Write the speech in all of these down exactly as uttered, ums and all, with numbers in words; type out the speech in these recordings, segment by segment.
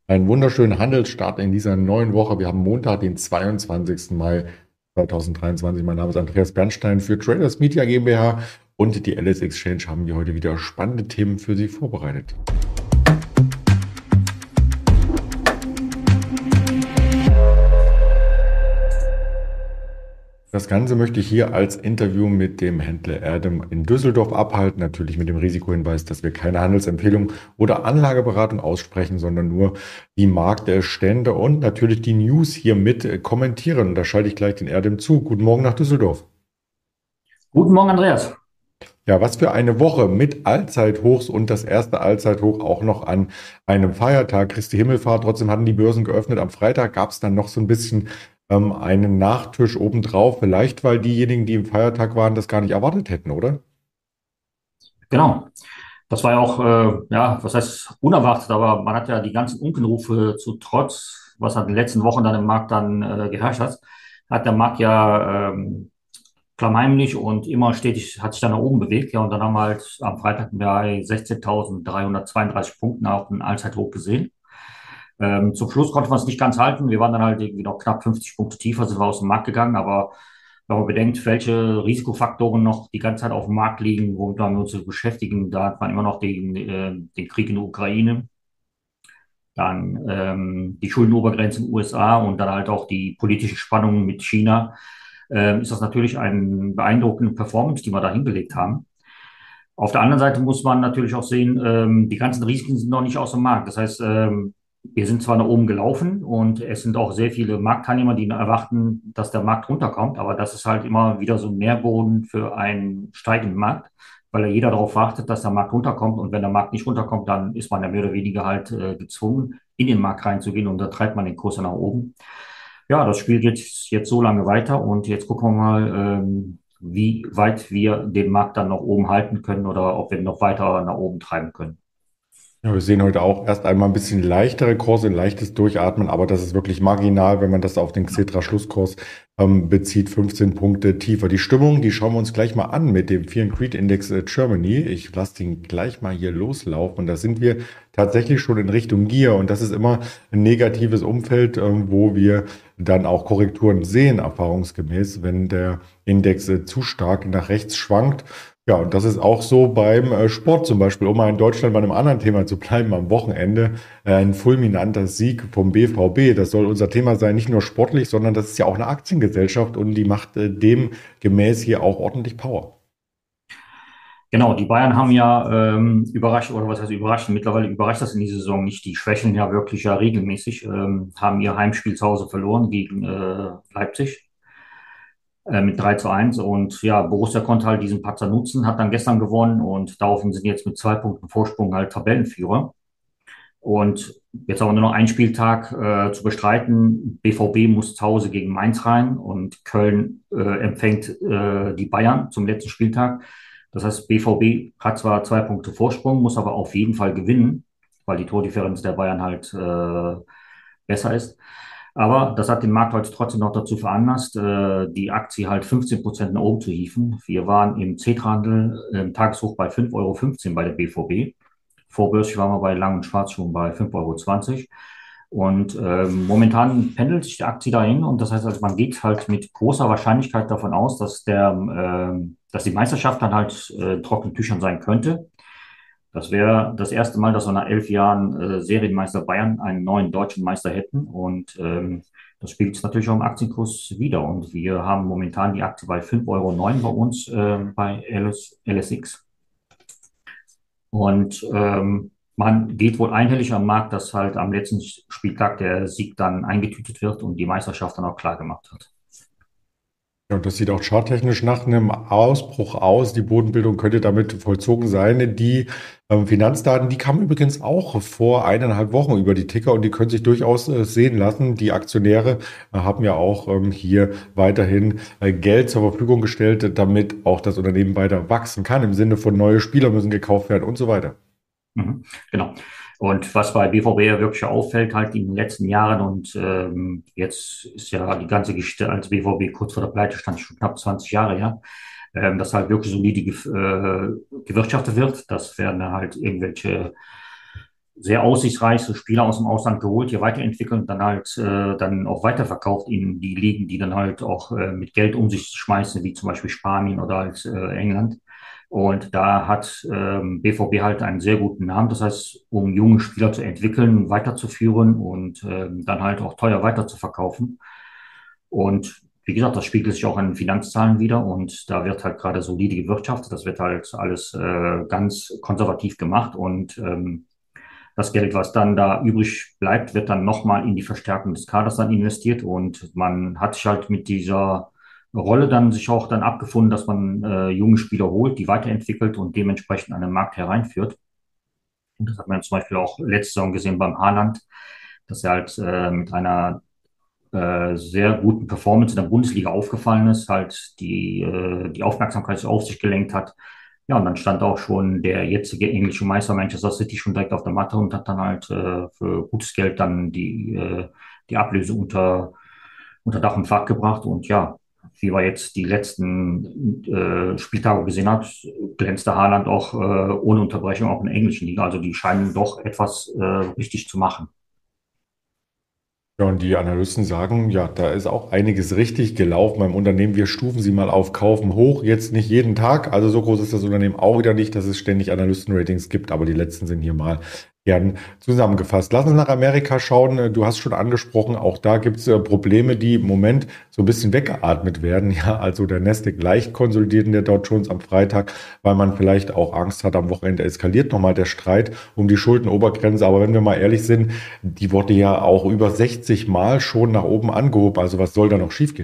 Einen wunderschönen Handelsstart in dieser neuen Woche. Wir haben Montag, den zweiundzwanzigsten Mai zweitausenddreiundzwanzig. Mein Name ist Andreas Bernstein für Traders Media GmbH und die L S Exchange haben wir heute wieder spannende Themen für Sie vorbereitet. Das Ganze möchte ich hier als Interview mit dem Händler Erdem in Düsseldorf abhalten. Natürlich mit dem Risikohinweis, dass wir keine Handelsempfehlung oder Anlageberatung aussprechen, sondern nur die Marktstände und natürlich die News hier mit kommentieren. Und da schalte ich gleich den Erdem zu. Guten Morgen nach Düsseldorf. Guten Morgen, Andreas. Ja, was für eine Woche mit Allzeithochs und das erste Allzeithoch auch noch an einem Feiertag, Christi Himmelfahrt. Trotzdem hatten die Börsen geöffnet. Am Freitag gab es dann noch so ein bisschen ähm, einen Nachtisch obendrauf. Vielleicht, weil diejenigen, die im Feiertag waren, das gar nicht erwartet hätten, oder? Genau. Das war ja auch, äh, ja, was heißt unerwartet, aber man hat ja die ganzen Unkenrufe zu Trotz, was halt in den letzten Wochen dann im Markt dann äh, geherrscht hat, hat der Markt ja ähm, klammheimlich und immer stetig hat sich dann nach oben bewegt. Ja, und dann haben wir halt am Freitag bei sechzehntausenddreihundertzweiunddreißig Punkten auch ein Allzeithoch gesehen. Ähm, zum Schluss konnte man es nicht ganz halten. Wir waren dann halt irgendwie noch knapp fünfzig Punkte tiefer, sind wir aus dem Markt gegangen. Aber wenn man bedenkt, welche Risikofaktoren noch die ganze Zeit auf dem Markt liegen, womit wir uns beschäftigen, da hat man immer noch den, äh, den Krieg in der Ukraine, dann ähm, die Schuldenobergrenze in den U S A und dann halt auch die politischen Spannungen mit China, ähm, ist das natürlich eine beeindruckende Performance, die wir da hingelegt haben. Auf der anderen Seite muss man natürlich auch sehen, ähm, die ganzen Risiken sind noch nicht aus dem Markt. Das heißt, ähm, wir sind zwar nach oben gelaufen und es sind auch sehr viele Marktteilnehmer, die erwarten, dass der Markt runterkommt, aber das ist halt immer wieder so ein Nährboden für einen steigenden Markt, weil ja jeder darauf wartet, dass der Markt runterkommt. Und wenn der Markt nicht runterkommt, dann ist man ja mehr oder weniger halt äh, gezwungen, in den Markt reinzugehen und da treibt man den Kurs ja nach oben. Ja, das Spiel geht jetzt so lange weiter und jetzt gucken wir mal, ähm, wie weit wir den Markt dann noch oben halten können oder ob wir ihn noch weiter nach oben treiben können. Ja, wir sehen heute auch erst einmal ein bisschen leichtere Kurse, ein leichtes Durchatmen, aber das ist wirklich marginal, wenn man das auf den Xetra-Schlusskurs ähm, bezieht, fünfzehn Punkte tiefer. Die Stimmung, die schauen wir uns gleich mal an mit dem Fear and Greed Index äh, Germany. Ich lasse den gleich mal hier loslaufen. Da sind wir tatsächlich schon in Richtung Gier und das ist immer ein negatives Umfeld, ähm, wo wir dann auch Korrekturen sehen, erfahrungsgemäß, wenn der Index äh, zu stark nach rechts schwankt. Ja, und das ist auch so beim äh, Sport zum Beispiel, um mal in Deutschland bei einem anderen Thema zu bleiben, am Wochenende äh, ein fulminanter Sieg vom B V B. Das soll unser Thema sein, nicht nur sportlich, sondern das ist ja auch eine Aktiengesellschaft und die macht äh, dem gemäß hier auch ordentlich Power. Genau, die Bayern haben ja ähm, überrascht, oder was heißt überrascht, mittlerweile überrascht das in dieser Saison nicht. Die schwächeln ja wirklich ja regelmäßig, ähm, haben ihr Heimspiel zu Hause verloren gegen äh, Leipzig äh, mit drei zu eins. Und ja, Borussia konnte halt diesen Patzer nutzen, hat dann gestern gewonnen und daraufhin sind jetzt mit zwei Punkten Vorsprung halt Tabellenführer. Und jetzt haben wir nur noch einen Spieltag äh, zu bestreiten. B V B muss zu Hause gegen Mainz rein und Köln äh, empfängt äh, die Bayern zum letzten Spieltag. Das heißt, B V B hat zwar zwei Punkte Vorsprung, muss aber auf jeden Fall gewinnen, weil die Tordifferenz der Bayern halt äh, besser ist. Aber das hat den Markt heute trotzdem noch dazu veranlasst, äh, die Aktie halt fünfzehn Prozent nach oben zu hieven. Wir waren im Xetra-Handel im Tageshoch bei fünf Euro fünfzehn bei der B V B. Vorbörslich waren wir bei Lang und Schwarz schon bei fünf Euro zwanzig. Und ähm, momentan pendelt sich die Aktie dahin und das heißt, also man geht halt mit großer Wahrscheinlichkeit davon aus, dass der, ähm, dass die Meisterschaft dann halt äh, in trockenen Tüchern sein könnte. Das wäre das erste Mal, dass wir nach elf Jahren äh, Serienmeister Bayern einen neuen deutschen Meister hätten und ähm, das spiegelt sich natürlich auch im Aktienkurs wieder. Und wir haben momentan die Aktie bei fünf Euro neun bei uns äh, bei L S, L S X. Und ähm, man geht wohl einhellig am Markt, dass halt am letzten Spieltag der Sieg dann eingetütet wird und die Meisterschaft dann auch klar gemacht wird. Ja, und das sieht auch charttechnisch nach einem Ausbruch aus. Die Bodenbildung könnte damit vollzogen sein. Die ähm, Finanzdaten, die kamen übrigens auch vor eineinhalb Wochen über die Ticker und die können sich durchaus äh, sehen lassen. Die Aktionäre äh, haben ja auch ähm, hier weiterhin äh, Geld zur Verfügung gestellt, damit auch das Unternehmen weiter wachsen kann, im Sinne von neue Spieler müssen gekauft werden und so weiter. Mhm, genau. Und was bei B V B ja wirklich auffällt, halt in den letzten Jahren und ähm, jetzt ist ja die ganze Geschichte, als B V B kurz vor der Pleite stand, schon knapp zwanzig Jahre her, ähm, dass halt wirklich solide ge äh, gewirtschaftet wird. Das werden dann halt irgendwelche sehr aussichtsreiche Spieler aus dem Ausland geholt, hier weiterentwickelt und dann halt äh, dann auch weiterverkauft in die Ligen, die dann halt auch äh, mit Geld um sich schmeißen, wie zum Beispiel Spanien oder halt äh, England. Und da hat ähm, B V B halt einen sehr guten Namen. Das heißt, um junge Spieler zu entwickeln, weiterzuführen und ähm, dann halt auch teuer weiterzuverkaufen. Und wie gesagt, das spiegelt sich auch in den Finanzzahlen wieder und da wird halt gerade solide gewirtschaftet. Das wird halt alles äh, ganz konservativ gemacht und ähm, das Geld, was dann da übrig bleibt, wird dann nochmal in die Verstärkung des Kaders dann investiert und man hat sich halt mit dieser Rolle dann sich auch dann abgefunden, dass man äh, junge Spieler holt, die weiterentwickelt und dementsprechend an den Markt hereinführt. Und das hat man zum Beispiel auch letzte Saison gesehen beim Haaland, dass er halt äh, mit einer äh, sehr guten Performance in der Bundesliga aufgefallen ist, halt die, äh, die Aufmerksamkeit so auf sich gelenkt hat. Ja, und dann stand auch schon der jetzige englische Meister Manchester City schon direkt auf der Matte und hat dann halt äh, für gutes Geld dann die, äh, die Ablöse unter, unter Dach und Fach gebracht. Und ja, wie wir jetzt die letzten äh, Spieltage gesehen haben, glänzte Haaland auch äh, ohne Unterbrechung auch in der englischen Liga. Also die scheinen doch etwas äh, richtig zu machen. Ja, und die Analysten sagen, ja, da ist auch einiges richtig gelaufen beim Unternehmen. Wir stufen sie mal auf Kaufen hoch. Jetzt nicht jeden Tag. Also so groß ist das Unternehmen auch wieder nicht, dass es ständig Analystenratings gibt. Aber die letzten sind hier mal gern zusammengefasst. Lass uns nach Amerika schauen. Du hast schon angesprochen, auch da gibt es Probleme, die im Moment so ein bisschen weggeatmet werden. Ja, also der Nasdaq leicht konsolidiert in der Dow Jones am Freitag, weil man vielleicht auch Angst hat, am Wochenende eskaliert nochmal der Streit um die Schuldenobergrenze. Aber wenn wir mal ehrlich sind, die wurde ja auch über sechzig Mal schon nach oben angehoben. Also was soll da noch schiefgehen?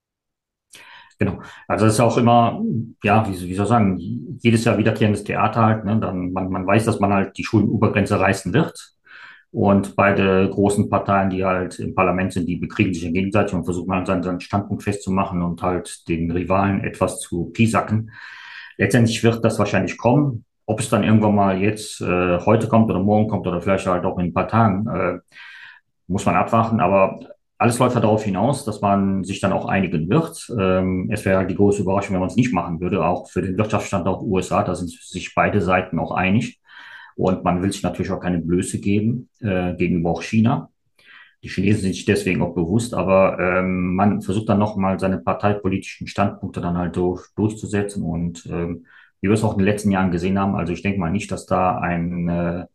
Genau. Also es ist auch immer, ja, wie, wie soll ich sagen, jedes Jahr wiederkehrendes Theater halt, ne? Dann, man, man weiß, dass man halt die Schuldenobergrenze reißen wird. Und beide großen Parteien, die halt im Parlament sind, die bekriegen sich ja gegenseitig und versuchen halt seinen, seinen Standpunkt festzumachen und halt den Rivalen etwas zu piesacken. Letztendlich wird das wahrscheinlich kommen. Ob es dann irgendwann mal jetzt äh, heute kommt oder morgen kommt oder vielleicht halt auch in ein paar Tagen, äh, muss man abwarten. Aber alles läuft ja darauf hinaus, dass man sich dann auch einigen wird. Ähm, es wäre halt die große Überraschung, wenn man es nicht machen würde, auch für den Wirtschaftsstandort U S A. Da sind sich beide Seiten auch einig. Und man will sich natürlich auch keine Blöße geben äh, gegenüber auch China. Die Chinesen sind sich deswegen auch bewusst, aber ähm, man versucht dann nochmal seine parteipolitischen Standpunkte dann halt durch, durchzusetzen. Und ähm, wie wir es auch in den letzten Jahren gesehen haben, also ich denke mal nicht, dass da ein äh,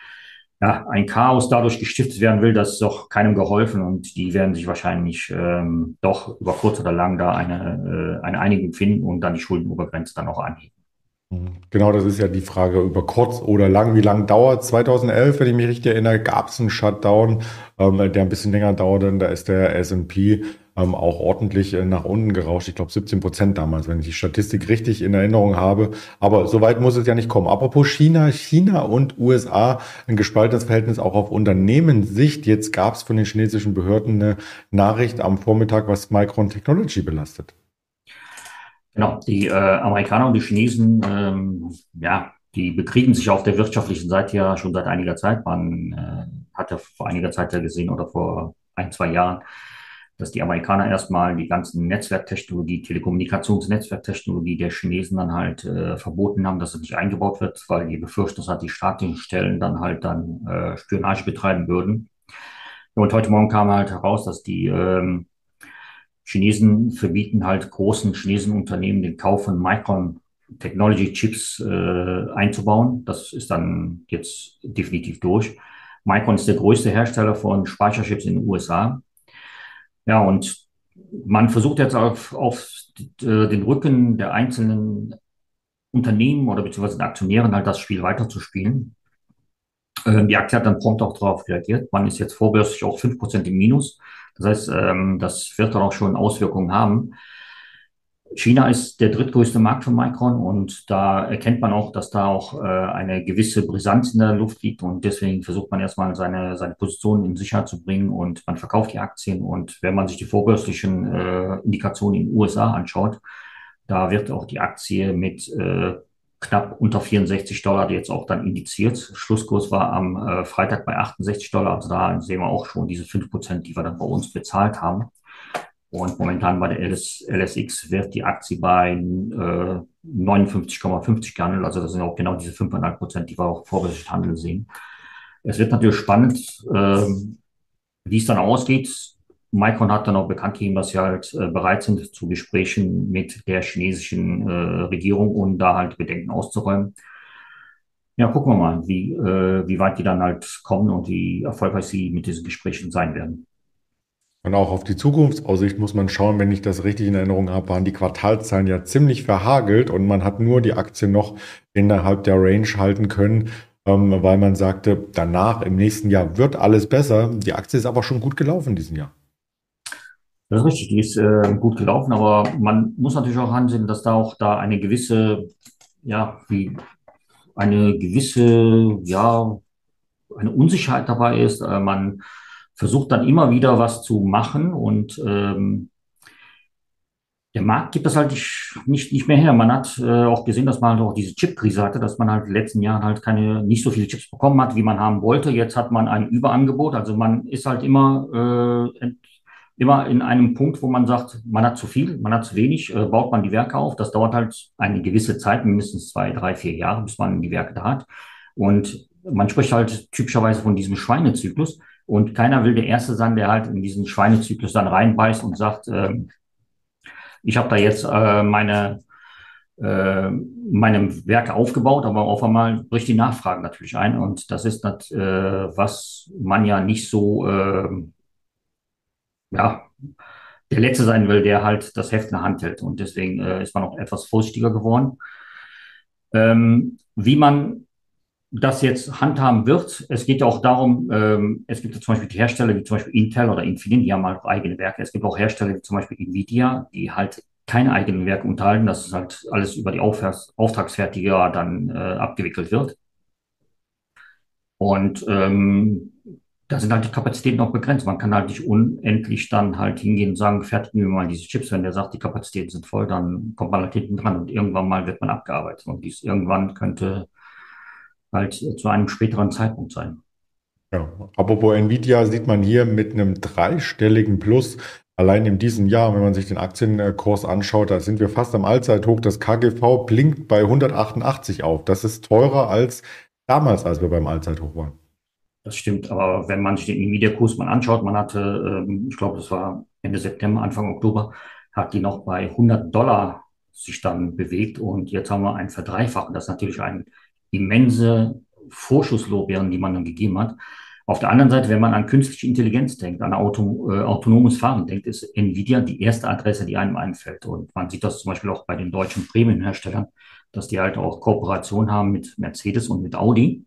ja, ein Chaos dadurch gestiftet werden will, das ist doch keinem geholfen und die werden sich wahrscheinlich ähm, doch über kurz oder lang da eine, äh, eine Einigung finden und dann die Schuldenobergrenze dann auch anheben. Mhm. Genau, das ist ja die Frage über kurz oder lang. Wie lang dauert zweitausendelf, wenn ich mich richtig erinnere, gab es einen Shutdown, ähm, der ein bisschen länger dauerte. Da ist der S und P ähm, auch ordentlich äh, nach unten gerauscht. Ich glaube siebzehn Prozent damals, wenn ich die Statistik richtig in Erinnerung habe. Aber so weit muss es ja nicht kommen. Apropos China, China und U S A, ein gespaltenes Verhältnis auch auf Unternehmenssicht. Jetzt gab es von den chinesischen Behörden eine Nachricht am Vormittag, was Micron Technology belastet. Genau, die äh, Amerikaner und die Chinesen, ähm, ja, die bekriegen sich auf der wirtschaftlichen Seite ja schon seit einiger Zeit. Man äh, hat ja vor einiger Zeit ja gesehen oder vor ein, zwei Jahren, dass die Amerikaner erstmal die ganzen Netzwerktechnologie, Telekommunikationsnetzwerktechnologie der Chinesen dann halt äh, verboten haben, dass es nicht eingebaut wird, weil die befürchten, dass halt die staatlichen Stellen dann halt dann äh, Spionage betreiben würden. Und heute Morgen kam halt heraus, dass die ähm, Chinesen verbieten halt großen chinesischen Unternehmen den Kauf von Micron Technology Chips äh, einzubauen. Das ist dann jetzt definitiv durch. Micron ist der größte Hersteller von Speicherchips in den U S A. Ja, und man versucht jetzt auf, auf äh, den Rücken der einzelnen Unternehmen oder beziehungsweise den Aktionären halt das Spiel weiterzuspielen. Ähm, die Aktie hat dann prompt auch darauf reagiert. Man ist jetzt vorbörslich auch fünf Prozent im Minus. Das heißt, ähm, das wird dann auch schon Auswirkungen haben. China ist der drittgrößte Markt für Micron und da erkennt man auch, dass da auch äh, eine gewisse Brisanz in der Luft liegt und deswegen versucht man erstmal seine, seine Position in Sicherheit zu bringen und man verkauft die Aktien und wenn man sich die vorbörslichen äh, Indikationen in den U S A anschaut, da wird auch die Aktie mit äh, knapp unter vierundsechzig Dollar die jetzt auch dann indiziert. Schlusskurs war am äh, Freitag bei achtundsechzig Dollar, also da sehen wir auch schon diese fünf Prozent, die wir dann bei uns bezahlt haben. Und momentan bei der L S, L S X wird die Aktie bei äh, neunundfünfzig Komma fünfzig gehandelt. Also das sind auch genau diese fünf Komma fünf Prozent, die wir auch vorbörslich handeln sehen. Es wird natürlich spannend, ähm, wie es dann ausgeht. Micron hat dann auch bekannt gegeben, dass sie halt äh, bereit sind zu Gesprächen mit der chinesischen äh, Regierung und da halt Bedenken auszuräumen. Ja, gucken wir mal, wie, äh, wie weit die dann halt kommen und wie erfolgreich sie mit diesen Gesprächen sein werden. Und auch auf die Zukunftsaussicht muss man schauen, wenn ich das richtig in Erinnerung habe, waren die Quartalszahlen ja ziemlich verhagelt und man hat nur die Aktie noch innerhalb der Range halten können, ähm, weil man sagte, danach im nächsten Jahr wird alles besser. Die Aktie ist aber schon gut gelaufen diesen Jahr. Das ist richtig, die ist äh, gut gelaufen, aber man muss natürlich auch ansehen, dass da auch da eine gewisse, ja, wie eine gewisse, ja, eine Unsicherheit dabei ist. Äh, man versucht dann immer wieder was zu machen und ähm, der Markt gibt das halt nicht, nicht, nicht mehr her. Man hat äh, auch gesehen, dass man halt auch diese Chip-Krise hatte, dass man halt in den letzten Jahren halt keine, nicht so viele Chips bekommen hat, wie man haben wollte. Jetzt hat man ein Überangebot. Also man ist halt immer, äh, immer in einem Punkt, wo man sagt, man hat zu viel, man hat zu wenig, äh, baut man die Werke auf. Das dauert halt eine gewisse Zeit, mindestens zwei, drei, vier Jahre, bis man die Werke da hat. Und man spricht halt typischerweise von diesem Schweinezyklus. Und keiner will der Erste sein, der halt in diesen Schweinezyklus dann reinbeißt und sagt, äh, ich habe da jetzt äh, meine, äh, meine Werke aufgebaut, aber auf einmal bricht die Nachfrage natürlich ein. Und das ist das, äh, was man ja nicht so, äh, ja, der Letzte sein will, der halt das Heft in der Hand hält. Und deswegen äh, ist man auch etwas vorsichtiger geworden. Ähm, wie man das jetzt handhaben wird. Es geht ja auch darum, ähm, es gibt ja zum Beispiel die Hersteller wie zum Beispiel Intel oder Infineon, die haben halt eigene Werke. Es gibt auch Hersteller wie zum Beispiel Nvidia, die halt keine eigenen Werke unterhalten, dass es halt alles über die Auftrags Auftragsfertiger dann äh, abgewickelt wird. Und ähm, da sind halt die Kapazitäten auch begrenzt. Man kann halt nicht unendlich dann halt hingehen und sagen, fertigen wir mal diese Chips. Wenn der sagt, die Kapazitäten sind voll, dann kommt man halt hinten dran und irgendwann mal wird man abgearbeitet. Und dies irgendwann könnte halt zu einem späteren Zeitpunkt sein. Ja, apropos Nvidia sieht man hier mit einem dreistelligen Plus. Allein in diesem Jahr, wenn man sich den Aktienkurs anschaut, da sind wir fast am Allzeithoch. Das K G V blinkt bei hundertachtundachtzig auf. Das ist teurer als damals, als wir beim Allzeithoch waren. Das stimmt, aber wenn man sich den Nvidia-Kurs mal anschaut, man hatte, ähm, ich glaube, das war Ende September, Anfang Oktober, hat die noch bei hundert Dollar sich dann bewegt und jetzt haben wir ein Verdreifachen. Das ist natürlich eine immense Vorschusslorbeeren, die man dann gegeben hat. Auf der anderen Seite, wenn man an künstliche Intelligenz denkt, an Auto, äh, autonomes Fahren denkt, ist Nvidia die erste Adresse, die einem einfällt. Und man sieht das zum Beispiel auch bei den deutschen Prämienherstellern, dass die halt auch Kooperation haben mit Mercedes und mit Audi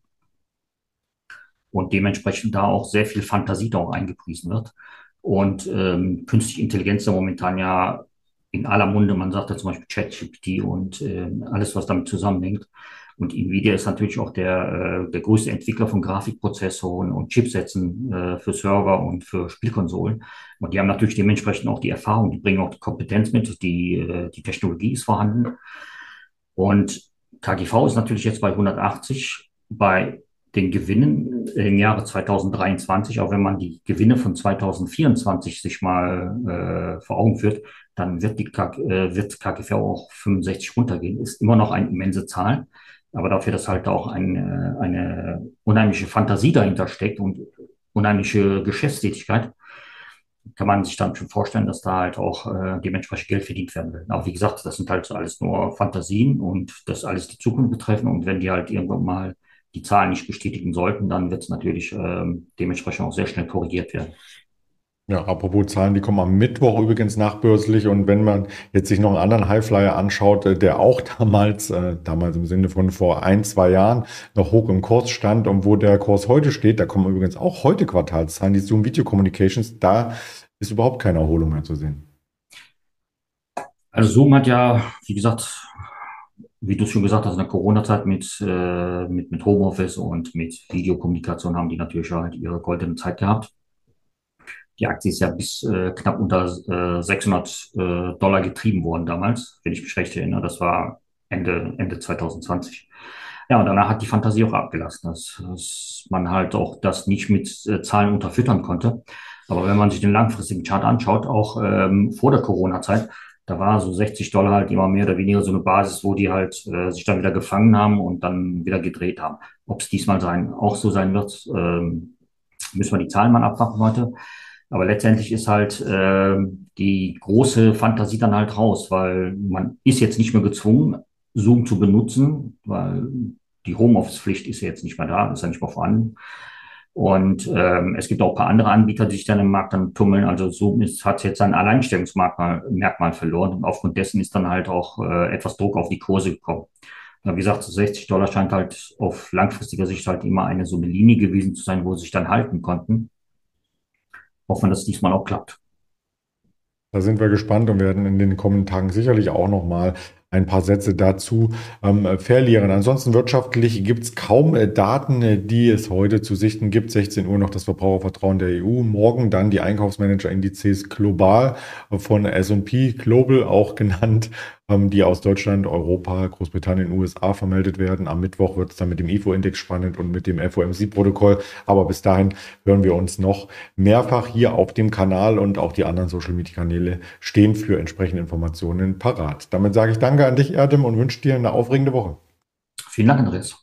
und dementsprechend da auch sehr viel Fantasie da auch eingepriesen wird. Und ähm, künstliche Intelligenz ja momentan ja in aller Munde, man sagt ja zum Beispiel ChatGPT und äh, alles, was damit zusammenhängt. Und Nvidia ist natürlich auch der, äh, der größte Entwickler von Grafikprozessoren und Chipsätzen äh, für Server und für Spielkonsolen. Und die haben natürlich dementsprechend auch die Erfahrung, die bringen auch die Kompetenz mit, die, äh, die Technologie ist vorhanden. Und K G V ist natürlich jetzt bei hundertachtzig. Bei den Gewinnen im Jahre zweitausenddreiundzwanzig, auch wenn man die Gewinne von zweitausendvierundzwanzig sich mal äh, vor Augen führt, dann wird die K, äh, wird K G V auch fünfundsechzig runtergehen. Ist immer noch eine immense Zahl, aber dafür, dass halt auch eine, eine unheimliche Fantasie dahinter steckt und unheimliche Geschäftstätigkeit, kann man sich dann schon vorstellen, dass da halt auch äh, dementsprechend Geld verdient werden will. Aber wie gesagt, das sind halt so alles nur Fantasien und das alles die Zukunft betreffen. Und wenn die halt irgendwann mal die Zahlen nicht bestätigen sollten, dann wird es natürlich ähm, dementsprechend auch sehr schnell korrigiert werden. Ja, apropos Zahlen, die kommen am Mittwoch übrigens nachbörslich. Und wenn man jetzt sich noch einen anderen Highflyer anschaut, äh, der auch damals, äh, damals im Sinne von vor ein, zwei Jahren noch hoch im Kurs stand und wo der Kurs heute steht, da kommen übrigens auch heute Quartalszahlen, die Zoom Video Communications, da ist überhaupt keine Erholung mehr zu sehen. Also Zoom hat ja, wie gesagt, wie du es schon gesagt hast, in der Corona-Zeit mit, äh, mit, mit Homeoffice und mit Videokommunikation haben die natürlich halt ihre goldene Zeit gehabt. Die Aktie ist ja bis äh, knapp unter äh, sechshundert äh, Dollar getrieben worden damals, wenn ich mich recht erinnere. Das war Ende, Ende zweitausendzwanzig. Ja, und danach hat die Fantasie auch abgelassen, dass, dass man halt auch das nicht mit äh, Zahlen unterfüttern konnte. Aber wenn man sich den langfristigen Chart anschaut, auch ähm, vor der Corona-Zeit, Da war so sechzig Dollar halt immer mehr oder weniger so eine Basis, wo die halt äh, sich dann wieder gefangen haben und dann wieder gedreht haben. Ob es diesmal sein, auch so sein wird, ähm, müssen wir die Zahlen mal abwarten heute. Aber letztendlich ist halt ähm, die große Fantasie dann halt raus, weil man ist jetzt nicht mehr gezwungen, Zoom zu benutzen, weil die Homeoffice-Pflicht ist ja jetzt nicht mehr da, ist ja nicht mehr vorhanden. Und ähm, es gibt auch ein paar andere Anbieter, die sich dann im Markt dann tummeln. Also Zoom ist, hat jetzt sein Alleinstellungsmerkmal Merkmal verloren und aufgrund dessen ist dann halt auch äh, etwas Druck auf die Kurse gekommen. Ja, wie gesagt, so sechzig Dollar scheint halt auf langfristiger Sicht halt immer eine so eine Linie gewesen zu sein, wo sie sich dann halten konnten. Hoffen wir, dass es diesmal auch klappt. Da sind wir gespannt und werden in den kommenden Tagen sicherlich auch noch mal ein paar Sätze dazu ähm, verlieren. Ansonsten wirtschaftlich gibt es kaum äh, Daten, äh, die es heute zu sichten gibt. sechzehn Uhr noch das Verbrauchervertrauen der E U. Morgen dann die Einkaufsmanager-Indizes global äh, von S und P Global auch genannt, ähm, die aus Deutschland, Europa, Großbritannien, U S A vermeldet werden. Am Mittwoch wird es dann mit dem I F O-Index spannend und mit dem F O M C-Protokoll. Aber bis dahin hören wir uns noch mehrfach hier auf dem Kanal und auch die anderen Social-Media-Kanäle stehen für entsprechende Informationen parat. Damit sage ich danke an dich, Erdem, und wünsche dir eine aufregende Woche. Vielen Dank, Andreas.